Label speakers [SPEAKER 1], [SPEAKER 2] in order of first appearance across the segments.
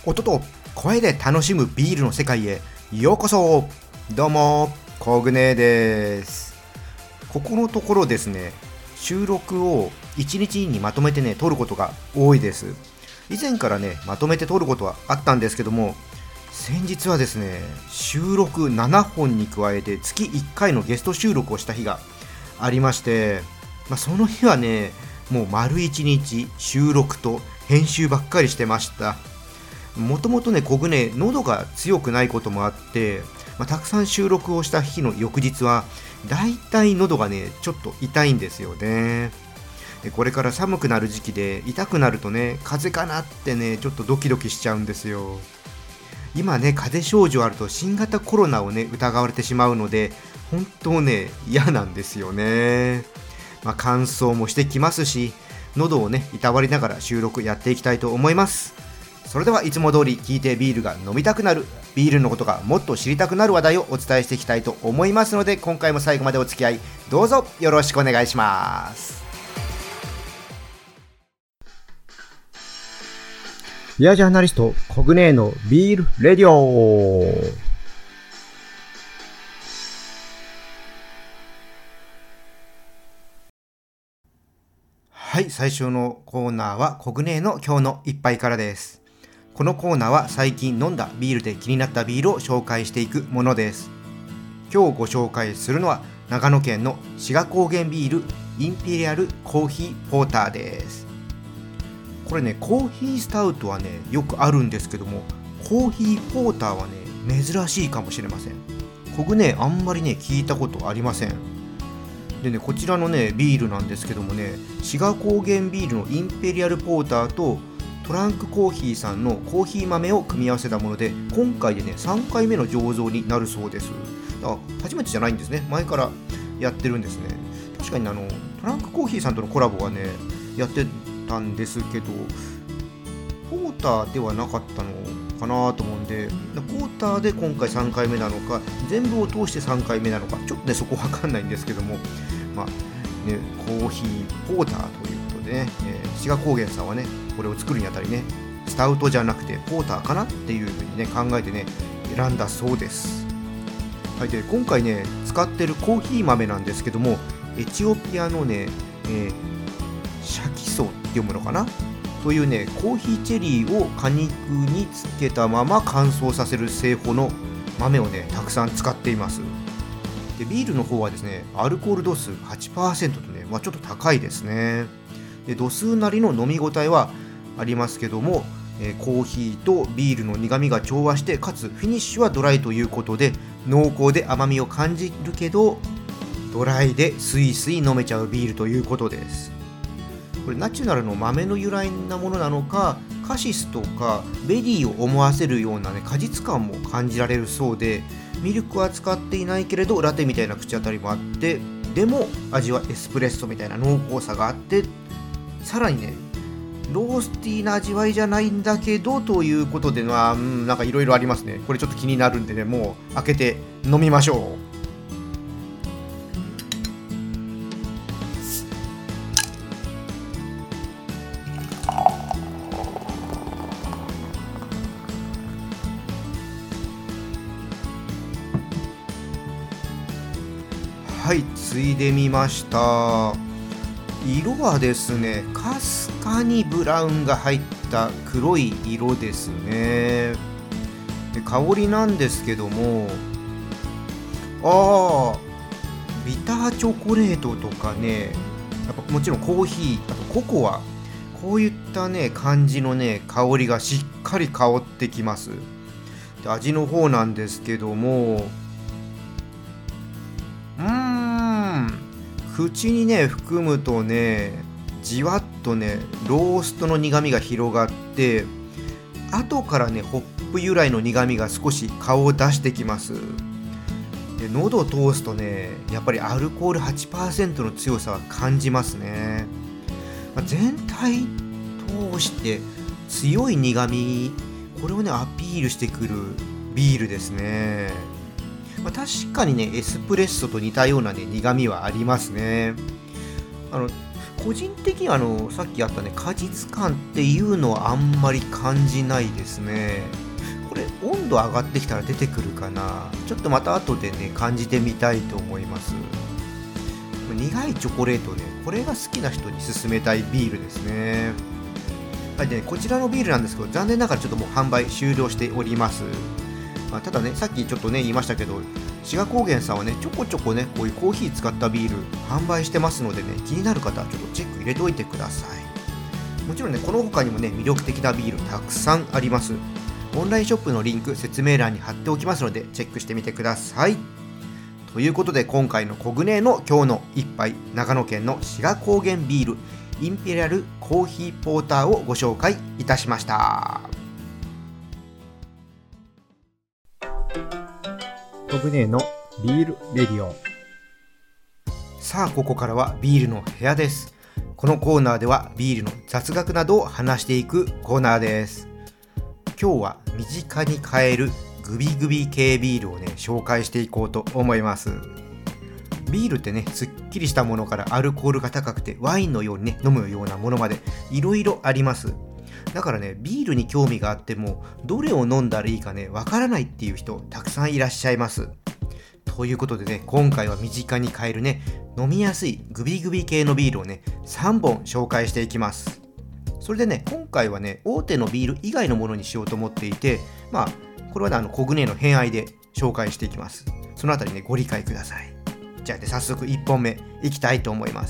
[SPEAKER 1] 音と声で楽しむビールの世界へようこそ。どうもコグネです。ここのところですね、収録を1日にまとめてね撮ることが多いです。以前からねまとめて撮ることはあったんですけども、先日はですね収録7本に加えて月1回のゲスト収録をした日がありまして、その日はねもう丸1日収録と編集ばっかりしてました。もともとねコグネ喉が強くないこともあって、たくさん収録をした日の翌日はだいたい喉がねちょっと痛いんですよね。これから寒くなる時期で痛くなるとね風邪かなってねちょっとドキドキしちゃうんですよ。今ね風邪症状あると新型コロナをね疑われてしまうので本当ね嫌なんですよね。乾燥もしてきますし、喉をねいたわりながら収録やっていきたいと思います。それではいつも通り聞いてビールが飲みたくなる、ビールのことがもっと知りたくなる話題をお伝えしていきたいと思いますので、今回も最後までお付き合いどうぞよろしくお願いします。ビアジャーナリストコグネのビールレディオ。はい、最初のコーナーはコグネの今日の一杯からです。このコーナーは最近飲んだビールで気になったビールを紹介していくものです。今日ご紹介するのは長野県の志賀高原ビールインペリアルコーヒーポーターです。これねコーヒースタウトはねよくあるんですけども、コーヒーポーターはね珍しいかもしれません。僕ねあんまりね聞いたことありません。でねこちらのねビールなんですけどもね、志賀高原ビールのインペリアルポーターとトランクコーヒーさんのコーヒー豆を組み合わせたもので、今回でね3回目の醸造になるそうです。初めてじゃないんですね。前からやってるんですね。確かにトランクコーヒーさんとのコラボはねやってたんですけど、ポーターではなかったのかなと思うんで、ポーターで今回3回目なのか全部を通して3回目なのかちょっとねそこわかんないんですけども、コーヒーポーターということでね、志賀高原さんはねこれを作るにあたりねスタウトじゃなくてポーターかなっていうふうにね考えてね選んだそうです。はい、で今回ね使ってるコーヒー豆なんですけども、エチオピアのね、シャキソって読むのかなというねコーヒーチェリーを果肉につけたまま乾燥させる製法の豆をねたくさん使っています。でビールの方はですねアルコール度数 8% とね、ちょっと高いですね。で度数なりの飲み応えはありますけども、コーヒーとビールの苦みが調和して、かつフィニッシュはドライということで濃厚で甘みを感じるけどドライでスイスイ飲めちゃうビールということです。これナチュラルの豆の由来なものなのか、カシスとかベリーを思わせるような、果実感も感じられるそうで、ミルクは使っていないけれどラテみたいな口当たりもあって、でも味はエスプレッソみたいな濃厚さがあって、さらにねロースティーな味わいじゃないんだけどということでなんかいろいろありますね。これちょっと気になるんでね、もう開けて飲みましょう。はい、ついでみました。色はですねかすかにブラウンが入った黒い色ですね。で香りなんですけども、ビターチョコレートとかね、やっぱもちろんコーヒー、あとココア、こういったね感じのね香りがしっかり香ってきます。で味の方なんですけども、口にね含むとねじわっとねローストの苦みが広がって、後からねホップ由来の苦みが少し顔を出してきます。で喉を通すとねやっぱりアルコール 8% の強さは感じますね。全体通して強い苦み、これをねアピールしてくるビールですね。確かにねエスプレッソと似たようなね苦みはありますね。 個人的にはさっきあったね、果実感っていうのはあんまり感じないですね。これ温度上がってきたら出てくるかな。ちょっとまた後でね感じてみたいと思います。苦いチョコレートね、これが好きな人に勧めたいビールですね。はい、でね、こちらのビールなんですけど、残念ながらちょっともう販売終了しております。ただね、さっきちょっとね言いましたけど、志賀高原さんはねちょこちょこねこういうコーヒー使ったビール販売してますのでね、気になる方はちょっとチェック入れておいてください。もちろんね、この他にもね魅力的なビールたくさんあります。オンラインショップのリンク説明欄に貼っておきますのでチェックしてみてください。ということで、今回のコグネの今日の一杯、長野県の志賀高原ビールインペリアルコーヒーポーターをご紹介いたしました。
[SPEAKER 2] コグネのビールレディオ。
[SPEAKER 1] さあ、ここからはビールの部屋です。このコーナーではビールの雑学などを話していくコーナーです。今日は身近に買えるグビグビ系ビールをね紹介していこうと思います。ビールってね、すっきりしたものからアルコールが高くてワインのようにね飲むようなものまでいろいろあります。だからね、ビールに興味があってもどれを飲んだらいいかねわからないっていう人たくさんいらっしゃいます。ということでね、今回は身近に買えるね飲みやすいグビグビ系のビールをね3本紹介していきます。それでね、今回はね大手のビール以外のものにしようと思っていて、これはねコグネの偏愛で紹介していきます。そのあたりねご理解ください。じゃあね、早速1本目いきたいと思います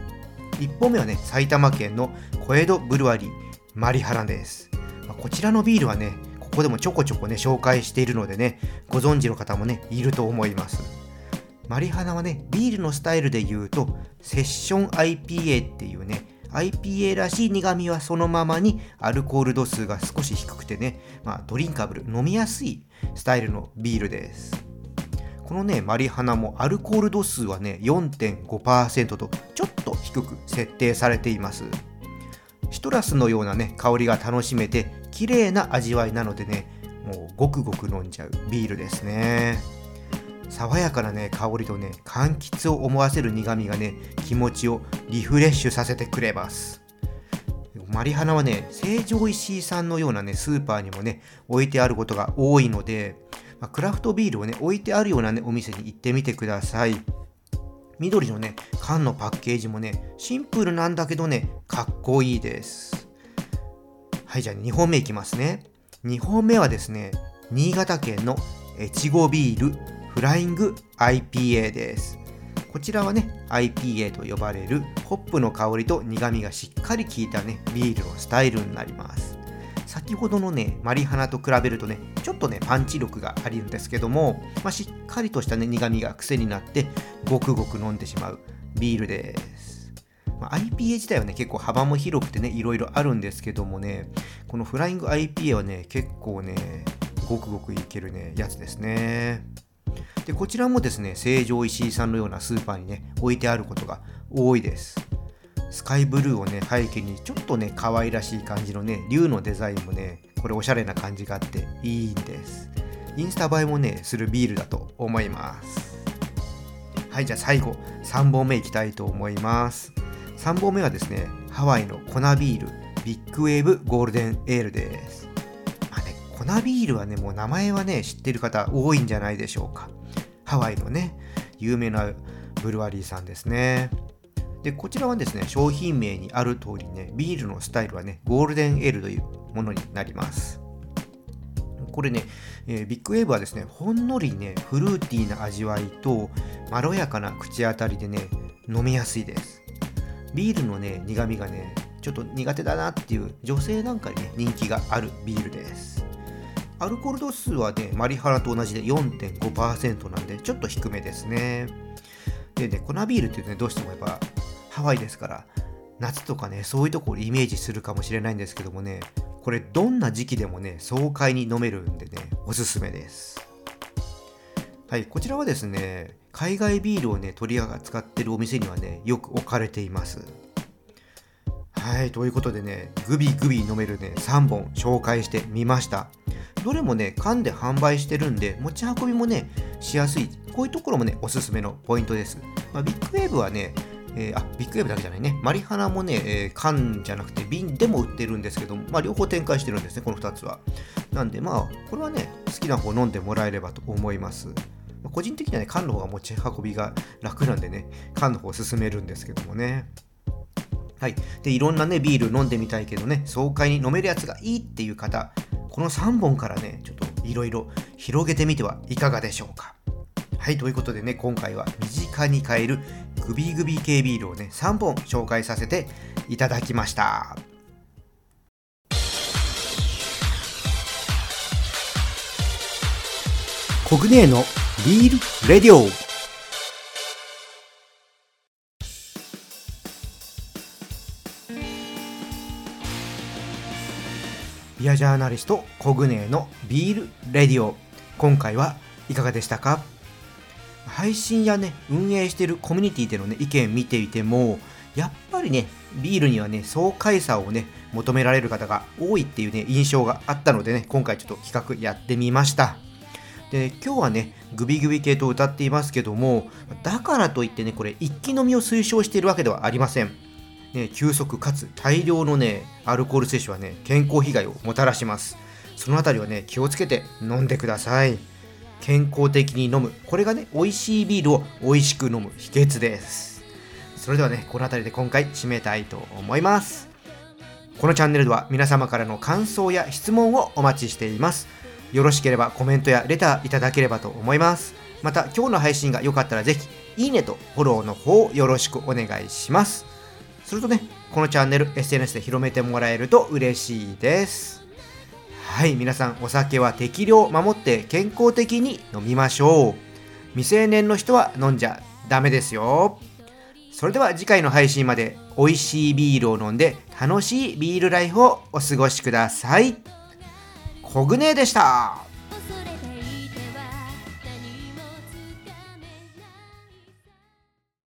[SPEAKER 1] 。1本目はね、埼玉県の小江戸ブルワリーマリハナです。こちらのビールはね、ここでもちょこちょこね紹介しているのでね、ご存知の方もねいると思います。マリハナはね、ビールのスタイルで言うとセッション IPA っていうね、IPA らしい苦味はそのままにアルコール度数が少し低くてね、ドリンカブル、飲みやすいスタイルのビールです。このねマリハナもアルコール度数はね 4.5% とちょっと低く設定されています。シトラスのようなね香りが楽しめて綺麗な味わいなのでね、もうごくごく飲んじゃうビールですね。爽やかなね香りとね柑橘を思わせる苦味がね気持ちをリフレッシュさせてくれます。マリハナはね成城石井さんのようなねスーパーにもね置いてあることが多いので、クラフトビールをね置いてあるようなねお店に行ってみてください。緑のね缶のパッケージもねシンプルなんだけどねかっこいいです。はい、じゃあ2本目いきますね。2本目はですね、新潟県の越後ビールフライング IPA です。こちらはね IPA と呼ばれるホップの香りと苦味がしっかり効いたねビールのスタイルになります。先ほどのねマリハナと比べるとねちょっとねパンチ力があるんですけども、しっかりとしたね苦味が癖になってごくごく飲んでしまうビールです。IPA 自体はね結構幅も広くてねいろいろあるんですけどもね、このフライング IPA はね結構ねごくごくいけるねやつですね。でこちらもですね成城石井さんのようなスーパーにね置いてあることが多いです。スカイブルーをね背景にちょっとね可愛らしい感じのね竜のデザインもねこれおしゃれな感じがあっていいんです。インスタ映えもねするビールだと思います。はい、じゃあ最後3本目いきたいと思います。3本目はですねハワイの粉ビールビッグウェーブゴールデンエールです。粉ビールはねもう名前はね知ってる方多いんじゃないでしょうか。ハワイのね有名なブルワリーさんですね。でこちらはですね商品名にある通りねビールのスタイルはねゴールデンエールというものになります。これね、ビッグウェーブはですねほんのりねフルーティーな味わいとまろやかな口当たりでね飲みやすいです。ビールのね苦味がねちょっと苦手だなっていう女性なんかにね人気があるビールです。アルコール度数はねマリハナと同じで 4.5% なんでちょっと低めですね。でね粉ビールっていうとねどうしてもやっぱハワイですから夏とかねそういうところをイメージするかもしれないんですけどもね、これどんな時期でもね爽快に飲めるんでねおすすめです。はい、こちらはですね海外ビールをね取り扱ってるお店にはねよく置かれています。はい、ということでねグビグビ飲めるね3本紹介してみました。どれもね缶で販売してるんで持ち運びもねしやすい、こういうところもねおすすめのポイントです。ビッグウェーブはねビッグウェーブだけじゃないね。マリハナもね、缶じゃなくて瓶でも売ってるんですけども、両方展開してるんですね、この2つは。なんでこれはね、好きな方飲んでもらえればと思います。個人的にはね、缶の方が持ち運びが楽なんでね、缶の方を勧めるんですけどもね。はい。で、いろんなね、ビール飲んでみたいけどね、爽快に飲めるやつがいいっていう方、この3本からね、ちょっといろいろ広げてみてはいかがでしょうか。はい、ということでね、今回は身近に買えるグビグビ系ビールをね、3本紹介させていただきました。
[SPEAKER 2] コグネのビールレディオ。
[SPEAKER 1] ビアジャーナリストコグネのビールレディオ、今回はいかがでしたか？配信やね、運営しているコミュニティでのね、意見見ていても、やっぱりね、ビールにはね、爽快さをね、求められる方が多いっていうね、印象があったのでね、今回ちょっと企画やってみました。で、今日はね、グビグビ系と歌っていますけども、だからといってね、これ一気飲みを推奨しているわけではありません。ね、急速かつ大量のね、アルコール摂取はね、健康被害をもたらします。そのあたりはね、気をつけて飲んでください。健康的に飲む、これがね、美味しいビールを美味しく飲む秘訣です。それではね、このあたりで今回締めたいと思います。このチャンネルでは皆様からの感想や質問をお待ちしています。よろしければコメントやレターいただければと思います。また今日の配信が良かったらぜひいいねとフォローの方よろしくお願いします。それとね、このチャンネル SNS で広めてもらえると嬉しいです。はい、皆さんお酒は適量を守って健康的に飲みましょう。未成年の人は飲んじゃダメですよ。それでは次回の配信まで美味しいビールを飲んで楽しいビールライフをお過ごしください。コグネでした。